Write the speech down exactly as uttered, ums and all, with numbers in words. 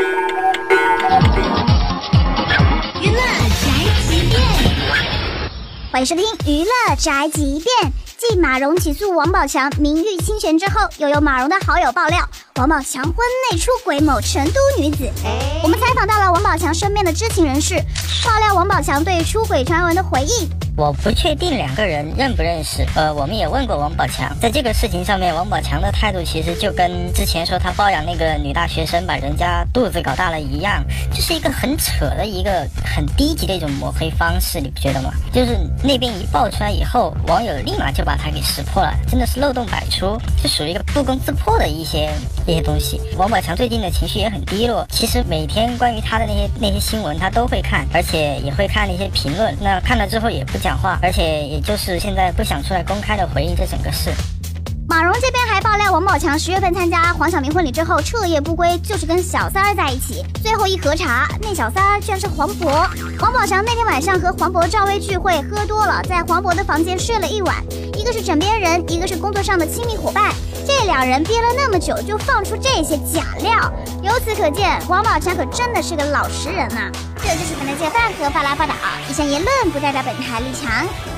娱乐宅急便， 欢迎收听娱乐宅急便。继马蓉起诉王宝强名誉侵权之后，又有马蓉的好友爆料，王宝强婚内出轨某成都女子。我们采访到了王宝强身边的知情人士，爆料王宝强对出轨传闻的回应。 我不确定两个人认不认识，呃，我们也问过王宝强，在这个事情上面，王宝强的态度其实就跟之前说他包养那个女大学生把人家肚子搞大了一样，这是一个很扯的一个很低级的一种抹黑方式，你不觉得吗？就是那边一爆出来以后，网友立马就把他给识破了，真的是漏洞百出，是属于一个不攻自破的一些一些东西。王宝强最近的情绪也很低落，其实每天关于他的那些那些新闻他都会看，而且也会看那些评论，那看了之后也不讲话，而且也就是现在不想出来公开的回应这整个事。 马蓉这边还爆料，王宝强十月份参加黄晓明婚礼之后彻夜不归，就是跟小三儿在一起。最后一核查，那小三儿居然是黄渤。王宝强那天晚上和黄渤赵薇聚会，喝多了，在黄渤的房间睡了一晚，一个是枕边人，一个是工作上的亲密伙伴。这两人憋了那么久，就放出这些假料，由此可见，王宝强可真的是个老实人啊！这就是本台解饭和巴拉巴岛，以上言论不代表本台立场。